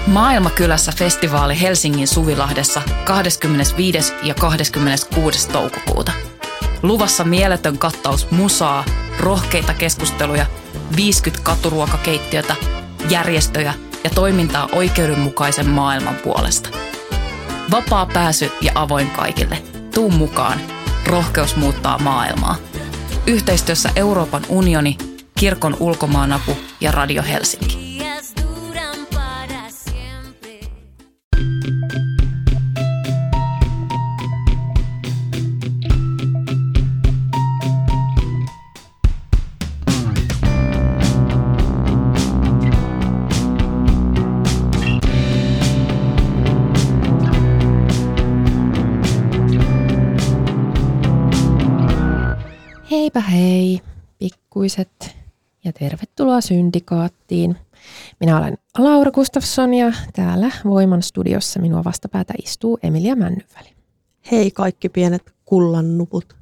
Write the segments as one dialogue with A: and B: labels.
A: Maailmakylässä festivaali Helsingin Suvilahdessa 25. ja 26. toukokuuta. Luvassa mieletön kattaus musaa, rohkeita keskusteluja, 50 katuruokakeittiötä, järjestöjä ja toimintaa oikeudenmukaisen maailman puolesta. Vapaa pääsy ja avoin kaikille. Tuu mukaan. Rohkeus muuttaa maailmaa. Yhteistyössä Euroopan unioni, Kirkon ulkomaanapu ja Radio Helsinki.
B: Heipä hei, pikkuiset, ja tervetuloa Syndikaattiin. Minä olen Laura Gustafsson ja täällä Voiman studiossa minua vastapäätä istuu Emilia Männyväli.
C: Hei kaikki pienet kullannuput.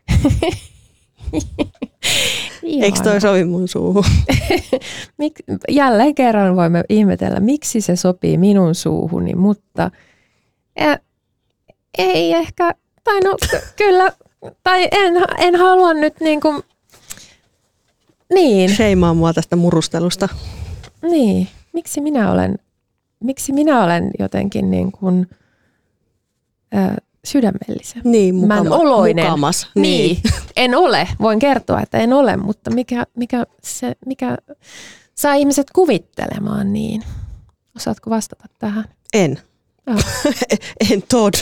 C: Eikö toi sovi mun suuhun?
B: Jälleen kerran voimme ihmetellä, miksi se sopii minun suuhuni, mutta ei ehkä, tai no kyllä... Tai en halua nyt niinku, niin.
C: Sheimaa mua tästä murustelusta.
B: Niin, miksi minä olen jotenkin niin kuin sydämellisen.
C: Niin, mukamas.
B: Niin, en ole, voin kertoa, että en ole, mutta mikä saa ihmiset kuvittelemaan niin. Osaatko vastata tähän?
C: En.
B: Oh.
C: En tod.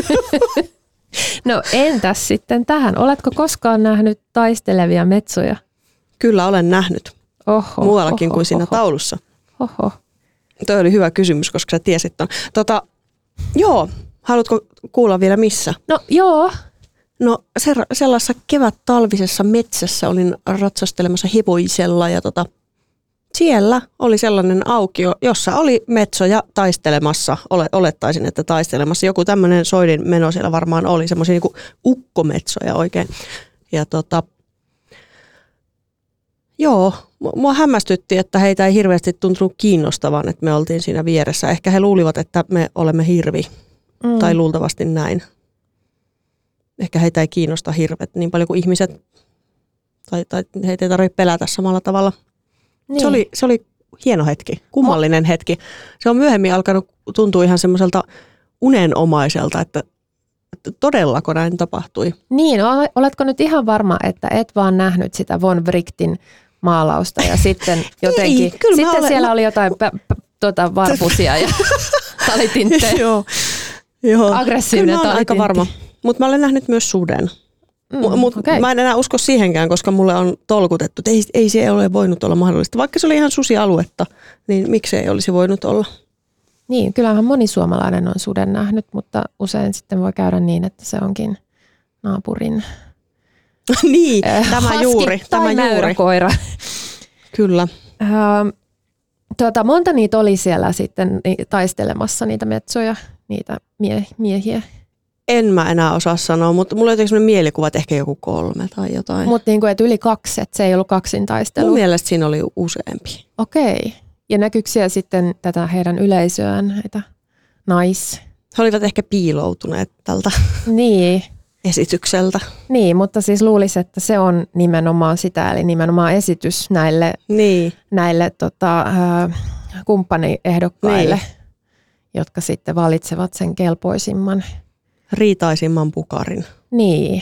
B: No entäs sitten tähän? Oletko koskaan nähnyt taistelevia metsoja?
C: Kyllä olen nähnyt. Muuallakin kuin siinä taulussa.
B: Oho.
C: Toi oli hyvä kysymys, koska sä tiesit ton. Joo, haluatko kuulla vielä missä?
B: No joo.
C: No sellaisessa kevät-talvisessa metsässä olin ratsastelemassa hevosella ja siellä oli sellainen aukio, jossa oli metsoja taistelemassa. Olettaisin, että taistelemassa. Joku tämmöinen soidin meno siellä varmaan oli, semmoisia niinku ukkometsoja oikein. Ja joo, mua hämmästytti, että heitä ei hirveästi tuntunut kiinnostavan, että me oltiin siinä vieressä. Ehkä he luulivat, että me olemme hirvi, tai luultavasti näin. Ehkä heitä ei kiinnosta hirvet niin paljon kuin ihmiset, tai heitä ei tarvitse pelätä samalla tavalla. Niin. Se oli hieno hetki, kummallinen hetki. Se on myöhemmin alkanut tuntua ihan semmoiselta unenomaiselta, että todellako näin tapahtui.
B: Niin, oletko nyt ihan varma, että et vaan nähnyt sitä von Wrightin maalausta ja sitten jotenkin, sitten siellä oli jotain varpusia ja talitintte.
C: Joo.
B: Aggressiivinen
C: talitintti. Aika varma, mutta mä olen nähnyt myös suden. Okay. Mä en enää usko siihenkään, koska mulle on tolkutettu, että ei se ole voinut olla mahdollista. Vaikka se oli ihan susialuetta, niin miksei ei olisi voinut olla?
B: Niin, kyllähän moni suomalainen on suden nähnyt, mutta usein sitten voi käydä niin, että se onkin naapurin
C: niin, tämä juuri.
B: Mäyräkoira.
C: Kyllä.
B: Monta niitä oli siellä sitten taistelemassa, niitä metsoja, niitä miehiä?
C: En mä enää osaa sanoa, mutta mulla on jotenkin sellainen mielikuva, että ehkä joku 3 tai jotain.
B: Mutta niin että yli 2, että se ei ollut kaksintaistelu.
C: Mun mielestä siinä oli useampi.
B: Okei. Ja näkyykö siellä sitten tätä heidän yleisöään, näitä
C: He olivat ehkä piiloutuneet tältä esitykseltä.
B: Niin, mutta siis luulisi, että se on nimenomaan sitä, eli nimenomaan esitys näille kumppaniehdokkaille, jotka sitten valitsevat sen kelpoisimman.
C: Riitaisimman pukarin.
B: Niin.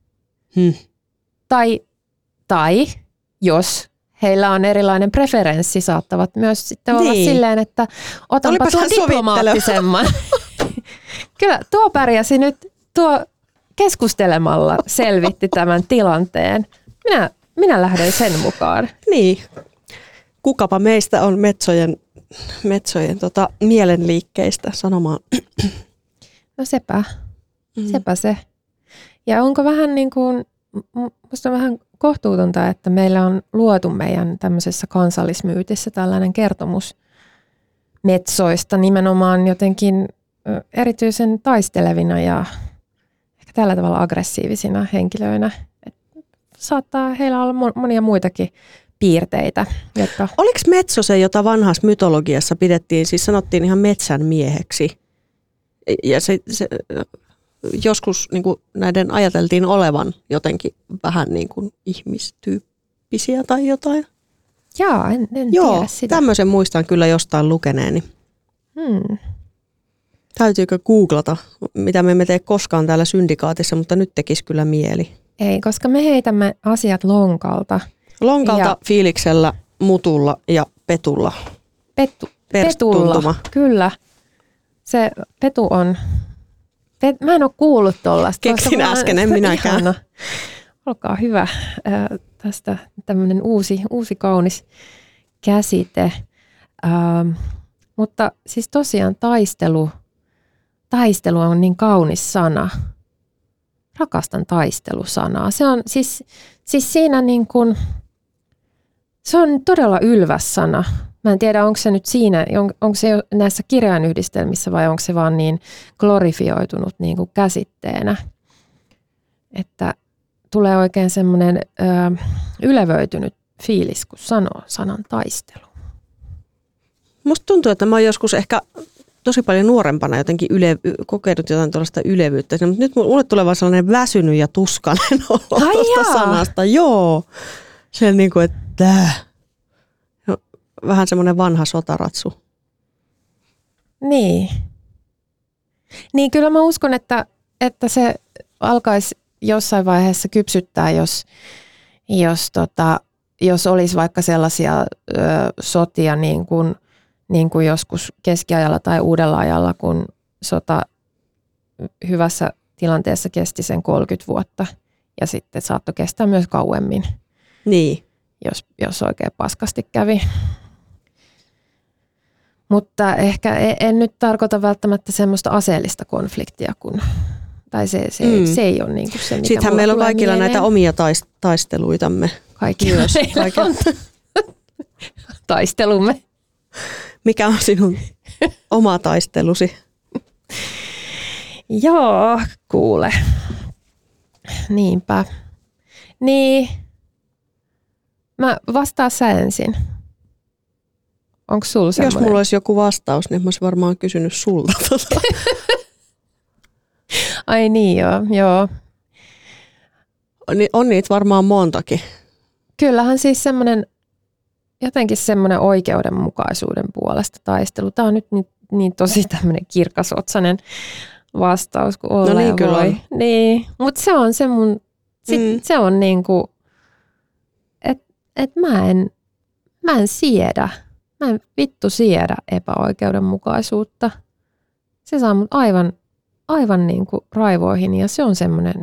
B: Tai jos heillä on erilainen preferenssi, saattavat myös sitten olla silleen, että otanpa tuon diplomaattisemman. Kyllä tuo pärjäsi nyt, tuo keskustelemalla selvitti tämän tilanteen. Minä lähden sen mukaan.
C: Niin. Kukapa meistä on metsojen mielenliikkeistä sanomaan.
B: No sepä se. Ja onko vähän niin kuin, musta on vähän kohtuutonta, että meillä on luotu meidän tämmöisessä kansallismyytissä tällainen kertomus metsoista nimenomaan jotenkin erityisen taistelevina ja ehkä tällä tavalla aggressiivisina henkilöinä. Et saattaa heillä olla monia muitakin piirteitä. Jotka...
C: Oliko Metso se, jota vanhassa mytologiassa pidettiin, siis sanottiin ihan metsän mieheksi? Ja se joskus niin kuin näiden ajateltiin olevan jotenkin vähän niin kuin ihmistyyppisiä tai jotain.
B: Jaa, en
C: Joo,
B: tiedä sitä.
C: tämmöisen muistan kyllä jostain lukeneeni. Täytyykö googlata, mitä me emme tee koskaan täällä syndikaatissa, mutta nyt tekisi kyllä mieli.
B: Ei, koska me heitämme asiat lonkalta.
C: Ja fiiliksellä, mutulla ja petulla.
B: Petulla, kyllä. Se petu on... Mä en ole kuullut tollaista.
C: Keksin äsken, en minäkään.
B: Ihana. Olkaa hyvä. Tästä tämmöinen uusi kaunis käsite. Mutta siis tosiaan taistelu on niin kaunis sana. Rakastan taistelusanaa. Se on siis siinä niin kuin, se on todella ylväs sana. Mä en tiedä, onko se nyt siinä, onko se näissä kirjainyhdistelmissä vai onko se vaan niin glorifioitunut niin kuin käsitteenä, että tulee oikein semmoinen ylevöitynyt fiilis, kun sanoo sanan taistelu.
C: Musta tuntuu, että mä oon joskus ehkä tosi paljon nuorempana jotenkin kokenut jotain tuollaista ylevyyttä, mutta nyt mulle tulee vaan sellainen väsynyt ja tuskainen olo tuosta sanasta. Joo, se niin kuin, että vähän semmoinen vanha sotaratsu.
B: Niin kyllä mä uskon, että se alkaisi jossain vaiheessa kypsyttää, jos olisi vaikka sellaisia sotia niin kuin joskus keskiajalla tai uudella ajalla, kun sota hyvässä tilanteessa kesti sen 30 vuotta ja sitten saattoi kestää myös kauemmin,
C: niin.
B: jos oikein paskasti kävi. Mutta ehkä en nyt tarkoita välttämättä semmoista aseellista konfliktia, tai se ei ole niin kuin se, mitä
C: sittenhän meillä on kaikilla mieleen. Näitä omia taisteluitamme.
B: Kaikilla on taistelumme.
C: Mikä on sinun oma taistelusi?
B: Joo, kuule. Niinpä. Niin. Mä vastaan sä ensin. Onko sulla semmoinen?
C: Jos mulla olisi joku vastaus, niin mä olisin varmaan kysynyt sulta.
B: Ai niin, joo.
C: On niitä varmaan montakin.
B: Kyllähän siis jotenkin semmoinen oikeudenmukaisuuden puolesta taistelu. Tämä on nyt niin tosi tämmöinen kirkasotsainen vastaus kuin olla
C: no niin, kyllä
B: voi.
C: On.
B: Niin, mutta se on se mun, se on niinku, että mä en siedä. Mä en vittu siedä epäoikeudenmukaisuutta. Se saa mut aivan niinku raivoihin ja se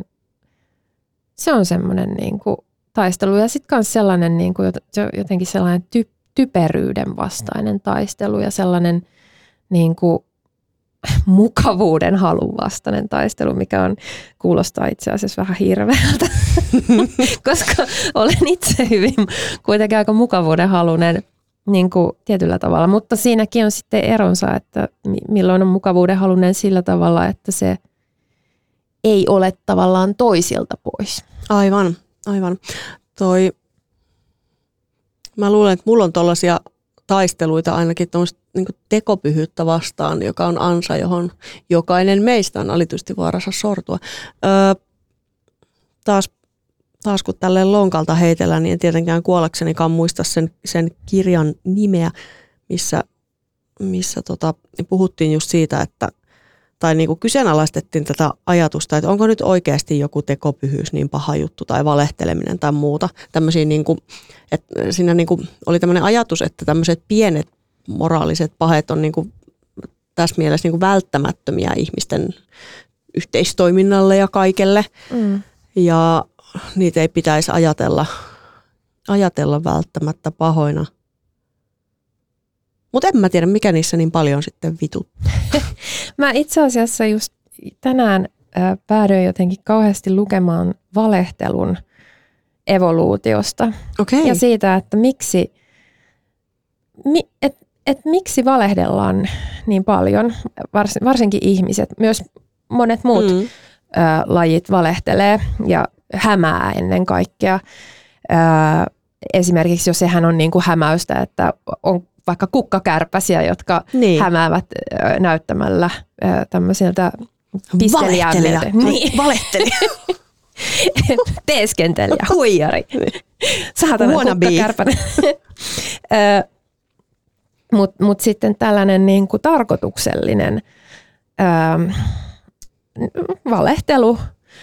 B: on semmoinen niinku taistelu. Ja sitten myös sellainen niinku jotenkin sellainen typeryyden vastainen taistelu ja sellainen niinku mukavuuden halun vastainen taistelu, mikä kuulostaa itse asiassa vähän hirveältä, koska olen itse hyvin kuitenkin aika mukavuuden halunen niin kuin tietyllä tavalla, mutta siinäkin on sitten eronsa, että milloin on mukavuuden halunen sillä tavalla, että se ei ole tavallaan toisilta pois.
C: Aivan. Mä luulen, että mulla on tollaisia taisteluita ainakin tuommoista niin tekopyhyyttä vastaan, joka on ansa, johon jokainen meistä on alitusti vaarassa sortua. Taas kun tälleen lonkalta heitellään, niin en tietenkään kuollaksenikaan muista sen kirjan nimeä, missä puhuttiin just siitä, että tai niin kuin kyseenalaistettiin tätä ajatusta, että onko nyt oikeasti joku tekopyhyys niin paha juttu tai valehteleminen tai muuta. Tämmöisiä niin kuin, että siinä niin kuin oli tämmöinen ajatus, että tämmöiset pienet moraaliset pahet on niin kuin tässä mielessä niin kuin välttämättömiä ihmisten yhteistoiminnalle ja kaikelle. Ja niitä ei pitäisi ajatella välttämättä pahoina. Mutta en mä tiedä, mikä niissä niin paljon sitten vituttaa.
B: Mä itse asiassa just tänään päädyin jotenkin kauheasti lukemaan valehtelun evoluutiosta.
C: Okay.
B: Ja siitä, että miksi valehdellaan niin paljon, varsinkin ihmiset, myös monet muut lajit valehtelee ja hämää ennen kaikkea. esimerkiksi jos sehän on niin kuin hämäystä, että on vaikka kukkakärpäsiä, jotka hämäävät näyttämällä tämmöisiltä pistelijämmiltä.
C: Valehtelija.
B: Teeskentelijä, huijari. Saatana kukkakärpäinen. Mut sitten tällainen niin kuin tarkoituksellinen valehtelu,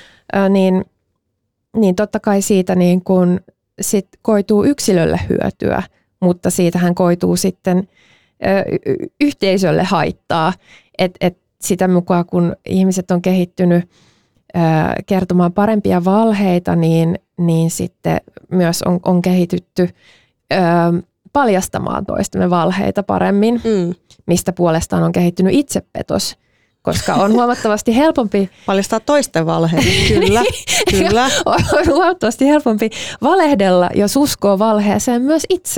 B: niin totta kai siitä niin kuin sit koituu yksilölle hyötyä, mutta siitähän koituu sitten yhteisölle haittaa, että sitä mukaan kun ihmiset on kehittynyt kertomaan parempia valheita, niin sitten myös on kehitytty paljastamaan toistemme valheita paremmin, mistä puolestaan on kehittynyt itsepetos, koska on huomattavasti helpompi
C: paljastaa toisten valheita, kyllä.
B: On huomattavasti helpompi valehdella, jos uskoo valheeseen myös itse,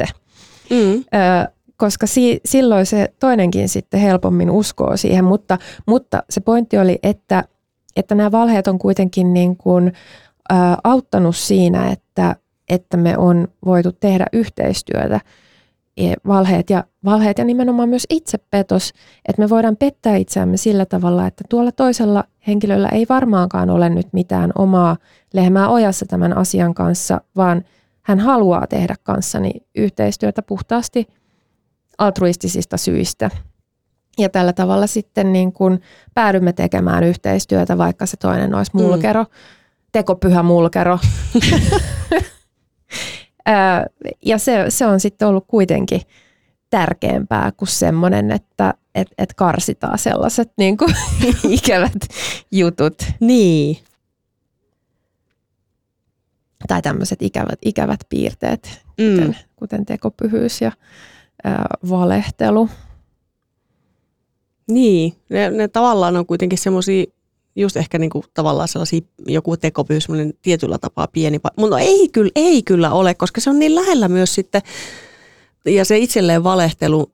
B: koska silloin se toinenkin sitten helpommin uskoo siihen, mutta se pointti oli, että nämä valheet on kuitenkin niin kuin, auttanut siinä, että me on voitu tehdä yhteistyötä. Valheet ja nimenomaan myös itsepetos, että me voidaan pettää itseämme sillä tavalla, että tuolla toisella henkilöllä ei varmaankaan ole nyt mitään omaa lehmää ojassa tämän asian kanssa, vaan hän haluaa tehdä kanssani yhteistyötä puhtaasti altruistisista syistä. Ja tällä tavalla sitten niin kun päädymme tekemään yhteistyötä, vaikka se toinen olisi mulkero, tekopyhä mulkero. Ja se on sitten ollut kuitenkin tärkeämpää kuin semmoinen, että karsitaan sellaiset niin kuin ikävät jutut.
C: Niin.
B: Tai tämmöiset ikävät piirteet, kuten tekopyhyys ja valehtelu. Niin,
C: ne tavallaan on kuitenkin semmoisia, just ehkä niinku tavallaan sellaisia, joku tekopyhyys, semmoinen tietyllä tapaa pieni, mutta ei kyllä ole, koska se on niin lähellä myös sitten, ja se itselleen valehtelu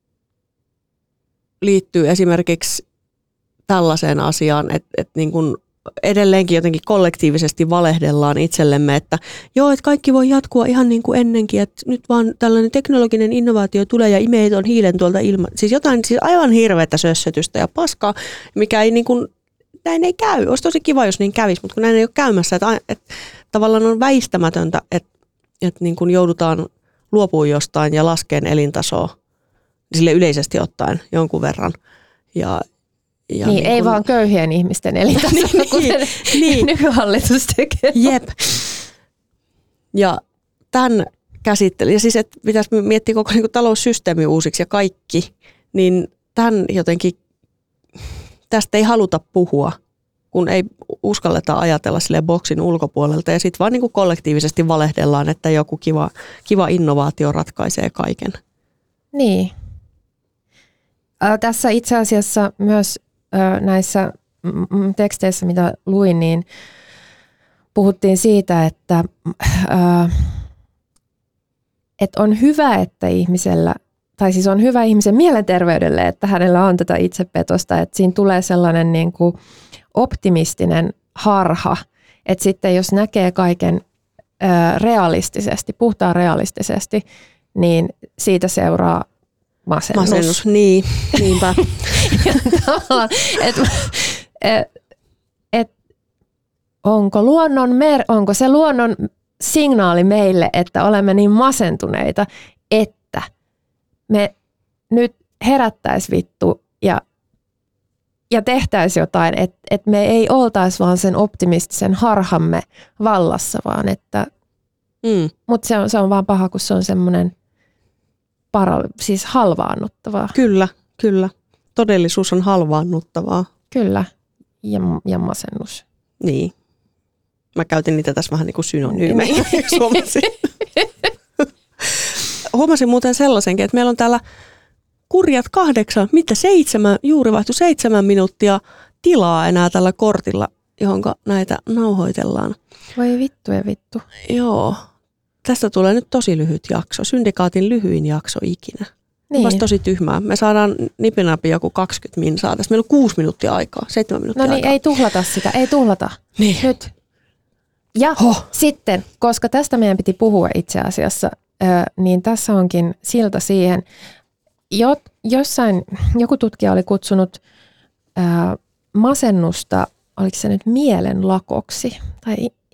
C: liittyy esimerkiksi tällaiseen asiaan, että niin kuin edelleenkin jotenkin kollektiivisesti valehdellaan itsellemme, että joo, että kaikki voi jatkua ihan niin kuin ennenkin, että nyt vaan tällainen teknologinen innovaatio tulee ja imee ton hiilen tuolta ilman. Siis jotain siis aivan hirveätä sössötystä ja paskaa, mikä ei niin kuin, näin ei käy. Olisi tosi kiva, jos niin kävisi, mutta kun näin ei ole käymässä, että tavallaan on väistämätöntä, että niin kuin joudutaan luopumaan jostain ja laskeen elintasoa sille yleisesti ottaen jonkun verran. Ja
B: niin, ei vaan köyhien ihmisten elintasolla, kuten nykyhallitus tekee.
C: Jep. Ja tämän käsittely, ja siis että pitäisi miettiä koko niin kuin taloussysteemi uusiksi ja kaikki, niin tämän jotenkin, tästä ei haluta puhua, kun ei uskalleta ajatella sille boksin ulkopuolelta, ja sitten vaan niin kuin kollektiivisesti valehdellaan, että joku kiva innovaatio ratkaisee kaiken.
B: Niin. Tässä itse asiassa myös näissä teksteissä, mitä luin, niin puhuttiin siitä, että on hyvä, että ihmisellä, tai siis on hyvä ihmisen mielenterveydelle, että hänellä on tätä itsepetosta, että siinä tulee sellainen niin kuin optimistinen harha, että sitten jos näkee kaiken realistisesti, puhtaan realistisesti, niin siitä seuraa masennus.
C: Niin, niinpä.
B: Onko se luonnon signaali meille, että olemme niin masentuneita, että me nyt herättäisiin vittu ja tehtäisiin jotain, että me ei oltaisi vaan sen optimistisen harhamme vallassa, vaan että mutta se on vaan paha, kun se on semmoinen siis halvaannuttavaa.
C: Kyllä. Todellisuus on halvaannuttavaa.
B: Kyllä. Ja masennus.
C: Niin. Mä käytin niitä tässä vähän niin kuin synonyymejä. Huomasin muuten sellaisenkin, että meillä on täällä kurjat 7, juuri vaihtui 7 minuuttia tilaa enää tällä kortilla, johonka näitä nauhoitellaan.
B: Voi vittu ja vittu.
C: Joo. Tästä tulee nyt tosi lyhyt jakso. Syndikaatin lyhyin jakso ikinä. Niin. Vasta tosi tyhmää. Me saadaan nipinäpi joku 20 minsaa. Tässä meillä on 6 minuuttia aikaa, 7 minuuttia aikaa.
B: No niin, ei tuhlata sitä, ei tuhlata.
C: Niin.
B: Nyt. Ja sitten, koska tästä meidän piti puhua itse asiassa, niin tässä onkin silta siihen. Joku tutkija oli kutsunut masennusta, oliko se nyt mielenlakoksi, tai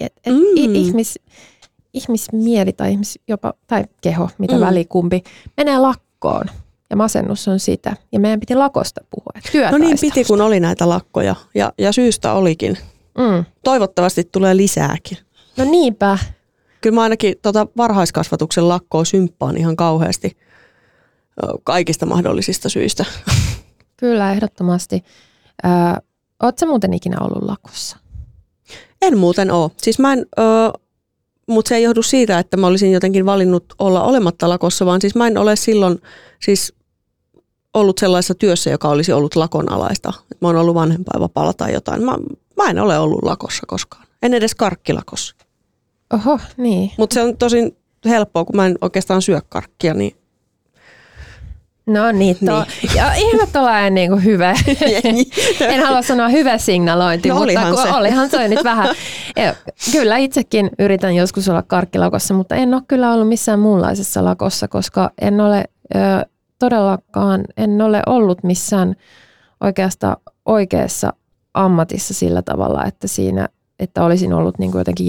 B: ihmismieli tai tai keho, mitä välikumpi, menee lakkoon. Ja masennus on sitä. Ja meidän piti lakosta puhua.
C: No niin piti, kun oli näitä lakkoja. Ja syystä olikin. Toivottavasti tulee lisääkin.
B: No niinpä.
C: Kyllä mä ainakin varhaiskasvatuksen lakkoa symppaan ihan kauheasti kaikista mahdollisista syistä.
B: Kyllä, ehdottomasti. Ootko sä muuten ikinä ollut lakossa?
C: En muuten ole. Siis mutta se ei johdu siitä, että mä olisin jotenkin valinnut olla olematta lakossa, vaan siis mä en ole silloin ollut sellaisessa työssä, joka olisi ollut lakonalaista. Mä oon ollut vanhempainvapaalla tai jotain. Mä en ole ollut lakossa koskaan. En edes karkkilakossa.
B: Oho, niin.
C: Mutta se on tosin helppoa, kun mä en oikeastaan syö karkkia, niin...
B: No niin, ja ihan tuollainen niin kuin hyvä. En halua sanoa hyvä signalointi,
C: no,
B: mutta olihan se nyt vähän. Ja kyllä itsekin yritän joskus olla karkkilakossa, mutta en ole kyllä ollut missään muunlaisessa lakossa, koska en ole todellakaan ollut missään oikeassa ammatissa sillä tavalla, että olisin ollut niin kuin jotenkin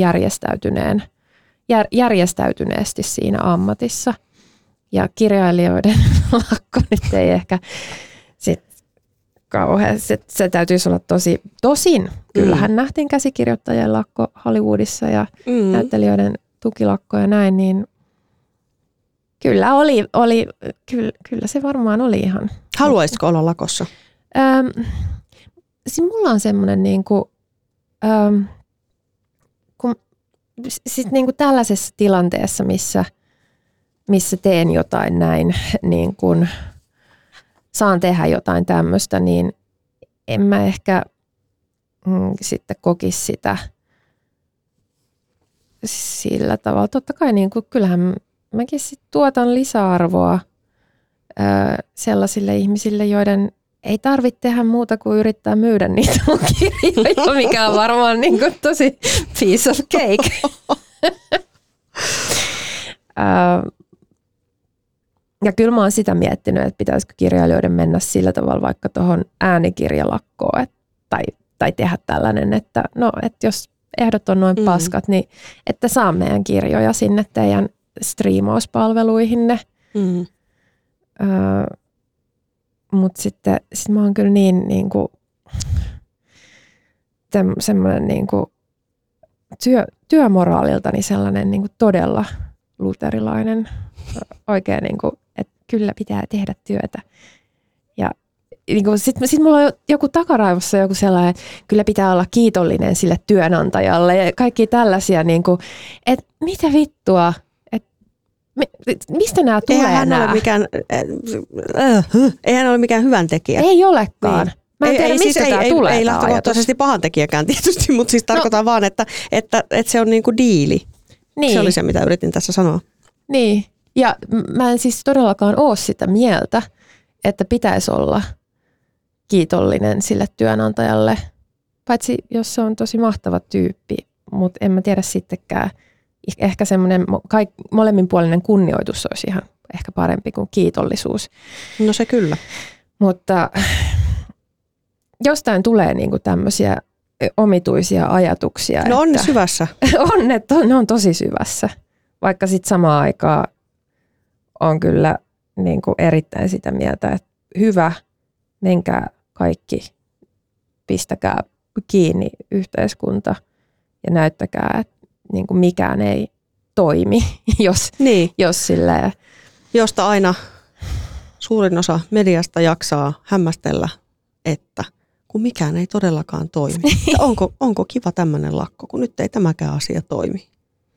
B: järjestäytyneesti siinä ammatissa. Ja kirjailijoiden lakko nyt ei ehkä sit kauhean. Se täytyisi olla tosin. Kyllähän nähtiin käsikirjoittajien lakko Hollywoodissa ja näyttelijöiden tukilakko ja näin, niin kyllä kyllä se varmaan oli ihan.
C: Haluaisitko olla lakossa?
B: Mulla on semmoinen niinku, niinku tällaisessa tilanteessa, missä teen jotain näin, niin kun saan tehdä jotain tämmöistä, niin en mä ehkä sitten kokisi sitä sillä tavalla. Totta kai niin kun, kyllähän mäkin sit tuotan lisäarvoa sellaisille ihmisille, joiden ei tarvitse tehdä muuta kuin yrittää myydä niitä mun kirjoja, mikä on varmaan niin kun tosi piece of cake. Ja kyllä mä oon sitä miettinyt, että pitäisikö kirjailijoiden mennä sillä tavalla vaikka tuohon äänikirjalakkoon tai tehdä tällainen, että jos ehdot on noin paskat, niin että saa meidän kirjoja sinne teidän striimauspalveluihinne. Mutta sitten mä oon kyllä niinku semmoinen niinku työmoraaliltani sellainen niinku todella luterilainen, oikein niinku, että kyllä pitää tehdä työtä. Ja niinku, sit mulla on joku takaraivossa joku sellainen, että kyllä pitää olla kiitollinen sille työnantajalle ja kaikki tällaisia, niinku, että mitä vittua, että mistä nämä tulee nämä?
C: Eihän ole mikään hyvän tekijä.
B: Ei olekaan. Niin. Mä en tiedä, mistä tämä tulee.
C: Ei lähtökohtaisesti pahantekijäkään tietysti, mutta siis tarkoitan vaan, että se on niinku diili. Niin. Se oli se, mitä yritin tässä sanoa.
B: Niin, ja mä en siis todellakaan ole sitä mieltä, että pitäisi olla kiitollinen sille työnantajalle, paitsi jos se on tosi mahtava tyyppi, mutta en mä tiedä sittenkään. Ehkä semmoinen molemminpuolinen kunnioitus olisi ihan ehkä parempi kuin kiitollisuus.
C: No se kyllä.
B: Mutta jostain tulee niinku tämmöisiä omituisia ajatuksia.
C: No on ne syvässä.
B: Ne on tosi syvässä. Vaikka sitten samaan aikaan on kyllä niinku erittäin sitä mieltä, että hyvä, menkää kaikki, pistäkää kiinni yhteiskunta ja näyttäkää, että niinku mikään ei toimi, jos silleen.
C: Josta aina suurin osa mediasta jaksaa hämmästellä, että kun mikään ei todellakaan toimi. Onko kiva tämmöinen lakko, kun nyt ei tämäkään asia toimi.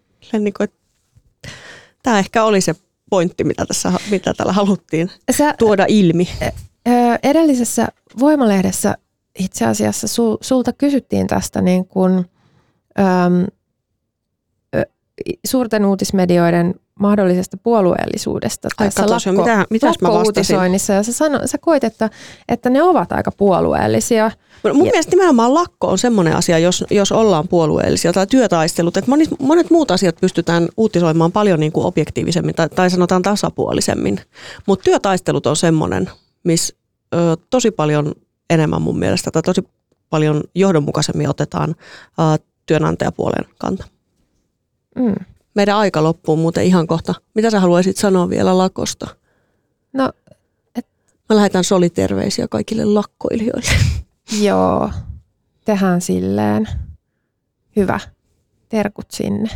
C: Tämä ehkä oli se pointti, mitä täällä haluttiin tuoda ilmi.
B: Edellisessä Voima-lehdessä itse asiassa sulta kysyttiin tästä niin kuin, suurten uutismedioiden mahdollisesta puolueellisuudesta tässä
C: lakko-uutisoinnissa.
B: Ja sä koit, että ne ovat aika puolueellisia.
C: Mun mielestä nimenomaan lakko on semmoinen asia, jos ollaan puolueellisia tai työtaistelut, että monet muut asiat pystytään uutisoimaan paljon niin kuin objektiivisemmin tai sanotaan tasapuolisemmin. Mutta työtaistelut on semmoinen, missä tosi paljon enemmän mun mielestä tai tosi paljon johdonmukaisemmin otetaan työnantajapuolen kanta. Meidän aika loppuu muuten ihan kohta. Mitä sä haluaisit sanoa vielä lakosta?
B: No,
C: mä lähetän soliterveisiä kaikille lakkoilijoille.
B: Joo, tehdään silleen. Hyvä. Terkut sinne.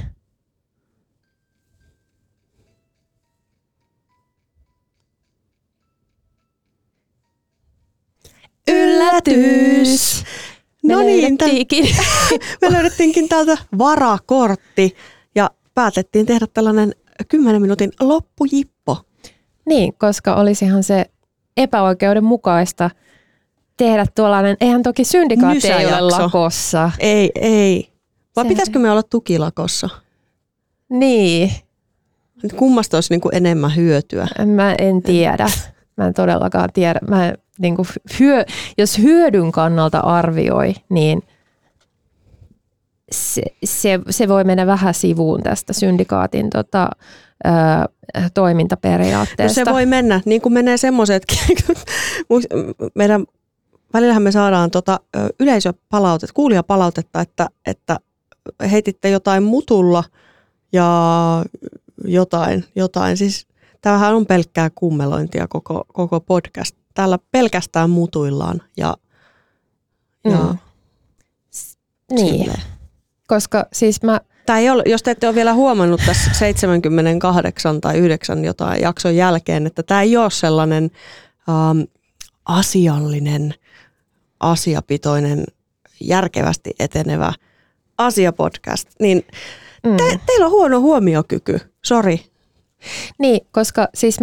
C: Yllätys! No niin, me löydettiinkin täältä varakortti ja päätettiin tehdä tällainen 10 minuutin loppujippo.
B: Niin, koska olisihan se epäoikeudenmukaista tehdä tuollainen, eihän toki syndikaatti ei ole lakossa.
C: Ei. Vai pitäisikö me olla tukilakossa?
B: Niin.
C: Kummasta olisi niin kuin enemmän hyötyä?
B: Mä en tiedä. Mä en todellakaan tiedä. Niin kuin jos hyödyn kannalta arvioi, niin se voi mennä vähän sivuun tästä syndikaatin toimintaperiaatteesta.
C: No se voi mennä, niin kuin menee semmoisetkin. Välillähän me saadaan yleisöpalautetta, kuulijapalautetta, että heititte jotain mutulla ja jotain. Siis tämähän on pelkkää kummelointia koko podcast. Täällä pelkästään mutuillaan ja
B: niin. Silleen. Koska siis
C: jos te ette ole vielä huomannut tässä 78 tai 9 jotain jakson jälkeen, että tämä ei ole sellainen asiallinen, asiapitoinen, järkevästi etenevä asiapodcast, niin teillä on huono huomiokyky. Sori.
B: Niin, koska siis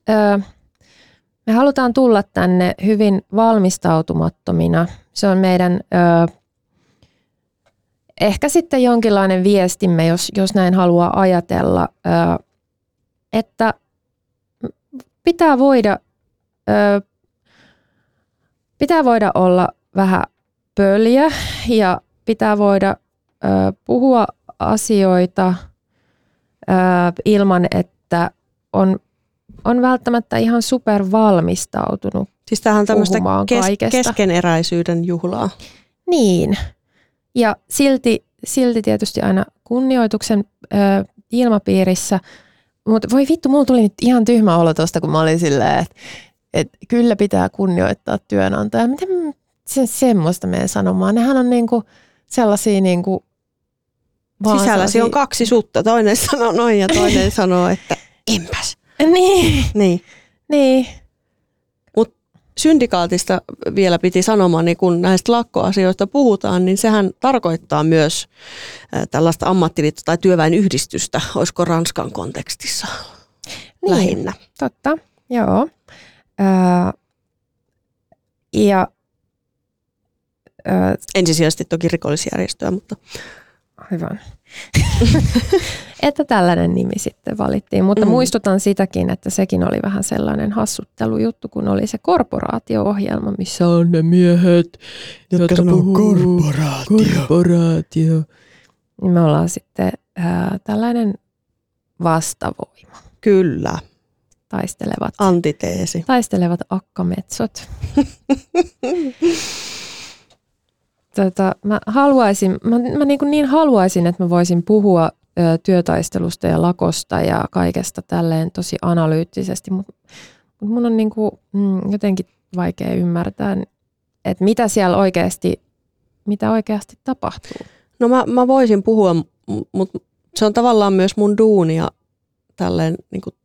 B: me halutaan tulla tänne hyvin valmistautumattomina. Se on meidän ehkä sitten jonkinlainen viestimme, jos näin haluaa ajatella, että pitää voida olla vähän pöljä ja pitää voida puhua asioita ilman, että on välttämättä ihan supervalmistautunut
C: siis tämähän on tämmöistä
B: kaikesta.
C: Keskeneräisyyden juhlaa.
B: Niin. Ja silti tietysti aina kunnioituksen ilmapiirissä. Mutta voi vittu, mulla tuli nyt ihan tyhmä olo tuosta, kun mä olin silleen, että kyllä pitää kunnioittaa työnantajaa. Miten semmoista menen sanomaan? Nehän on niinku sellaisia niinku
C: sisälläsi on 2 sutta. Toinen sanoo noin ja toinen sanoo, että enpäs.
B: Niin.
C: Mutta syndikaatista vielä piti sanomaan, niin kun näistä lakkoasioista puhutaan, niin sehän tarkoittaa myös tällaista ammattiliitto- tai työväenyhdistystä, olisiko Ranskan kontekstissa lähinnä.
B: Totta, joo.
C: Ensisijaisesti toki rikollisjärjestöä, mutta
B: hyvä. Että tällainen nimi sitten valittiin, mutta muistutan sitäkin, että sekin oli vähän sellainen hassuttelujuttu, kun oli se korporaatio-ohjelma, missä on ne miehet,
C: jotka sanoo korporaatio.
B: Niin me ollaan sitten tällainen vastavoima.
C: Kyllä.
B: Taistelevat.
C: Antiteesi.
B: Taistelevat akkametsot. Mä niin haluaisin, että mä voisin puhua työtaistelusta ja lakosta ja kaikesta tälleen tosi analyyttisesti, mutta mun on niin kuin, jotenkin vaikea ymmärtää, että mitä oikeasti tapahtuu.
C: No mä voisin puhua, mutta se on tavallaan myös mun duunia tälleen niin kuin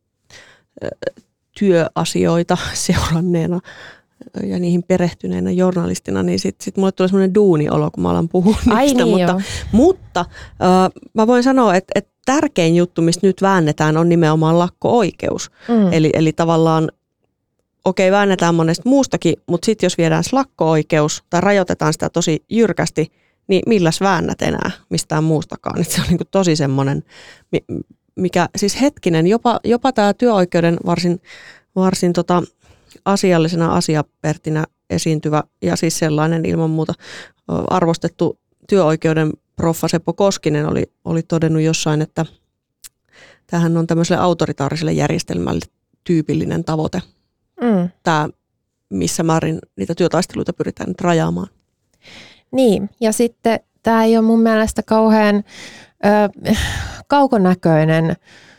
C: työasioita seuranneena ja niihin perehtyneenä journalistina, niin sit mulle tulee semmoinen duuniolo, kun mä alan puhua niistä. Mutta mä voin sanoa, että tärkein juttu, mistä nyt väännetään, on nimenomaan lakko-oikeus. Eli tavallaan, väännetään monesta muustakin, mutta sitten jos viedään lakko-oikeus tai rajoitetaan sitä tosi jyrkästi, niin milläs väännät enää mistään muustakaan. Et se on niinku tosi semmoinen, mikä siis hetkinen, jopa tämä työoikeuden varsin asiallisena asiapertinä esiintyvä ja siis sellainen ilman muuta arvostettu työoikeuden proffa Seppo Koskinen oli todennut jossain, että tämähän on tämmöiselle autoritaariselle järjestelmälle tyypillinen tavoite. Tämä, missä määrin niitä työtaisteluita pyritään nyt rajaamaan.
B: Niin, ja sitten tämä ei ole mun mielestä kauhean kaukonäköinen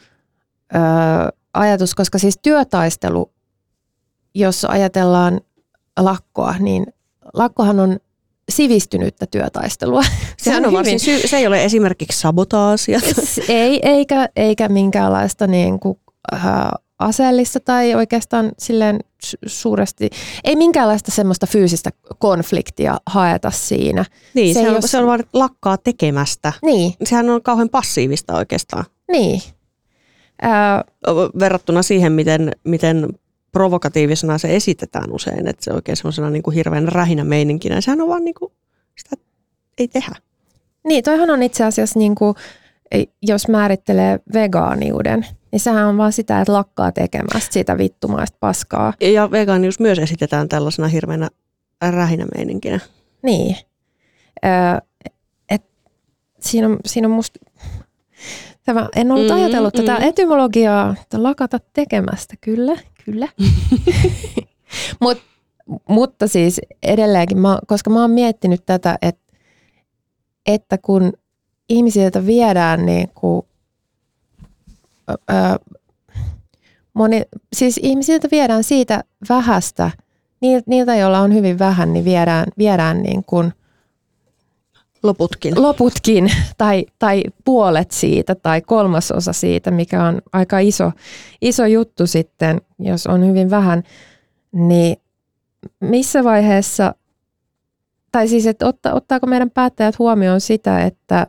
B: ajatus, koska siis työtaistelu, jos ajatellaan lakkoa, niin lakkohan on sivistynyttä työtaistelua.
C: Se ei ole esimerkiksi sabotaasia.
B: Eikä minkäänlaista niin kuin, aseellista tai oikeastaan silleen suuresti, ei minkäänlaista semmoista fyysistä konfliktia haeta siinä.
C: Niin, se on vaan lakkaa tekemästä.
B: Niin.
C: Sehän on kauhean passiivista oikeastaan.
B: Niin.
C: Verrattuna siihen, miten provokatiivisena se esitetään usein, että se oikein semmoisena niin kuin hirveän rähinämeininkinä. Sehän on vaan niin kuin, sitä ei tehdä.
B: Niin, toihan on itse asiassa, niin kuin, jos määrittelee vegaaniuden, niin sehän on vaan sitä, että lakkaa tekemästä sitä vittumaista paskaa.
C: Ja vegaanius myös esitetään tällaisena hirveänä rähinämeininkinä.
B: Niin. Siinä on musta... En ollut ajatellut tätä etymologiaa, että lakata tekemästä, kyllä. Mutta siis edelleenkin, koska mä oon miettinyt tätä, että kun ihmisiltä viedään niin kuin, siis ihmisiltä viedään siitä vähästä, niiltä joilla on hyvin vähän, niin viedään niin kuin loputkin tai puolet siitä tai 1/3 siitä, mikä on aika iso juttu sitten, jos on hyvin vähän, niin missä vaiheessa, tai siis että ottaako meidän päättäjät huomioon sitä, että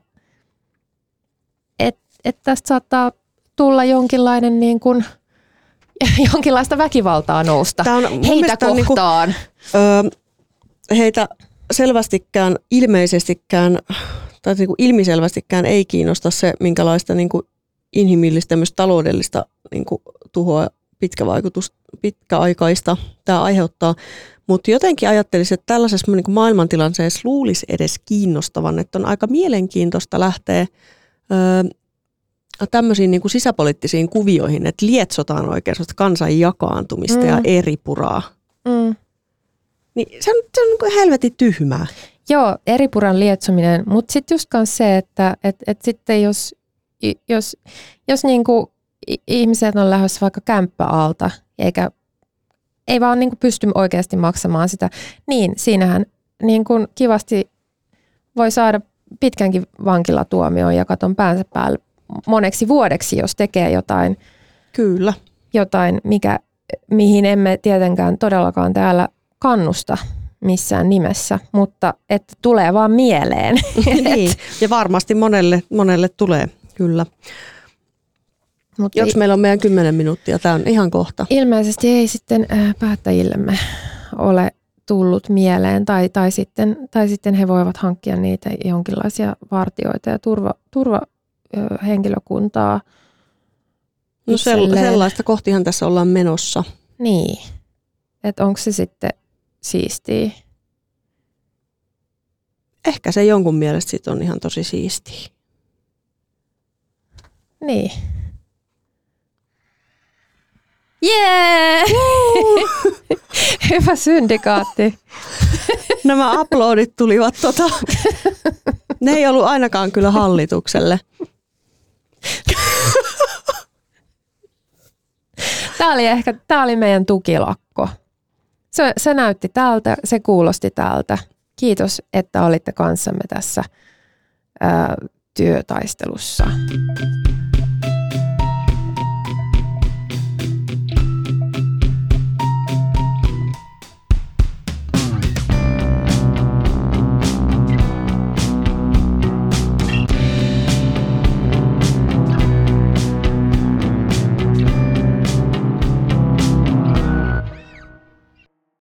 B: tästä saattaa tulla jonkinlainen niin kuin, jonkinlaista väkivaltaa nousta heitä kohtaan.
C: Heitä selvästikään, ilmeisestikään tai niin kuin ilmiselvästikään ei kiinnosta se, minkälaista niin kuin inhimillistä ja myös taloudellista niin kuin tuhoa pitkäaikaista tämä aiheuttaa. Mutta jotenkin ajattelisin, että tällaisessa niin kuin maailmantilanteessa luulisi edes kiinnostavan, että on aika mielenkiintoista lähteä tämmöisiin niin kuin sisäpoliittisiin kuvioihin, että lietsotaan oikein kansan jakaantumista ja eripuraa. Niin se on niin kuin helvetin tyhmää.
B: Joo, eripuran lietsominen, mutta sitten just myös se, että sitten jos niin kuin ihmiset on lähdössä vaikka kämppäalta, ei vaan niin kuin pysty oikeasti maksamaan sitä, niin siinähän niin kuin kivasti voi saada pitkänkin vankilatuomioon ja katon päänsä päälle moneksi vuodeksi, jos tekee jotain.
C: Kyllä.
B: Jotain, mihin emme tietenkään todellakaan täällä kannusta missään nimessä, mutta että tulee vaan mieleen.
C: Niin, ja varmasti monelle tulee, kyllä. Joks meillä on meidän 10 minuuttia, tämä on ihan kohta.
B: Ilmeisesti ei sitten päättäjillemme ole tullut mieleen, tai sitten he voivat hankkia niitä jonkinlaisia vartioita ja turvahenkilökuntaa.
C: No sellaista kohtihan tässä ollaan menossa.
B: Niin, että onko se sitten siistiä?
C: Ehkä se jonkun mielestä sit on ihan tosi siistiä.
B: Niin. Jee! Hyvä syndikaatti.
C: Nämä aplodit tulivat ne ei ollut ainakaan kyllä hallitukselle.
B: Tämä oli meidän tukilakko. Se näytti tältä, se kuulosti tältä. Kiitos, että olitte kanssamme tässä työtaistelussa.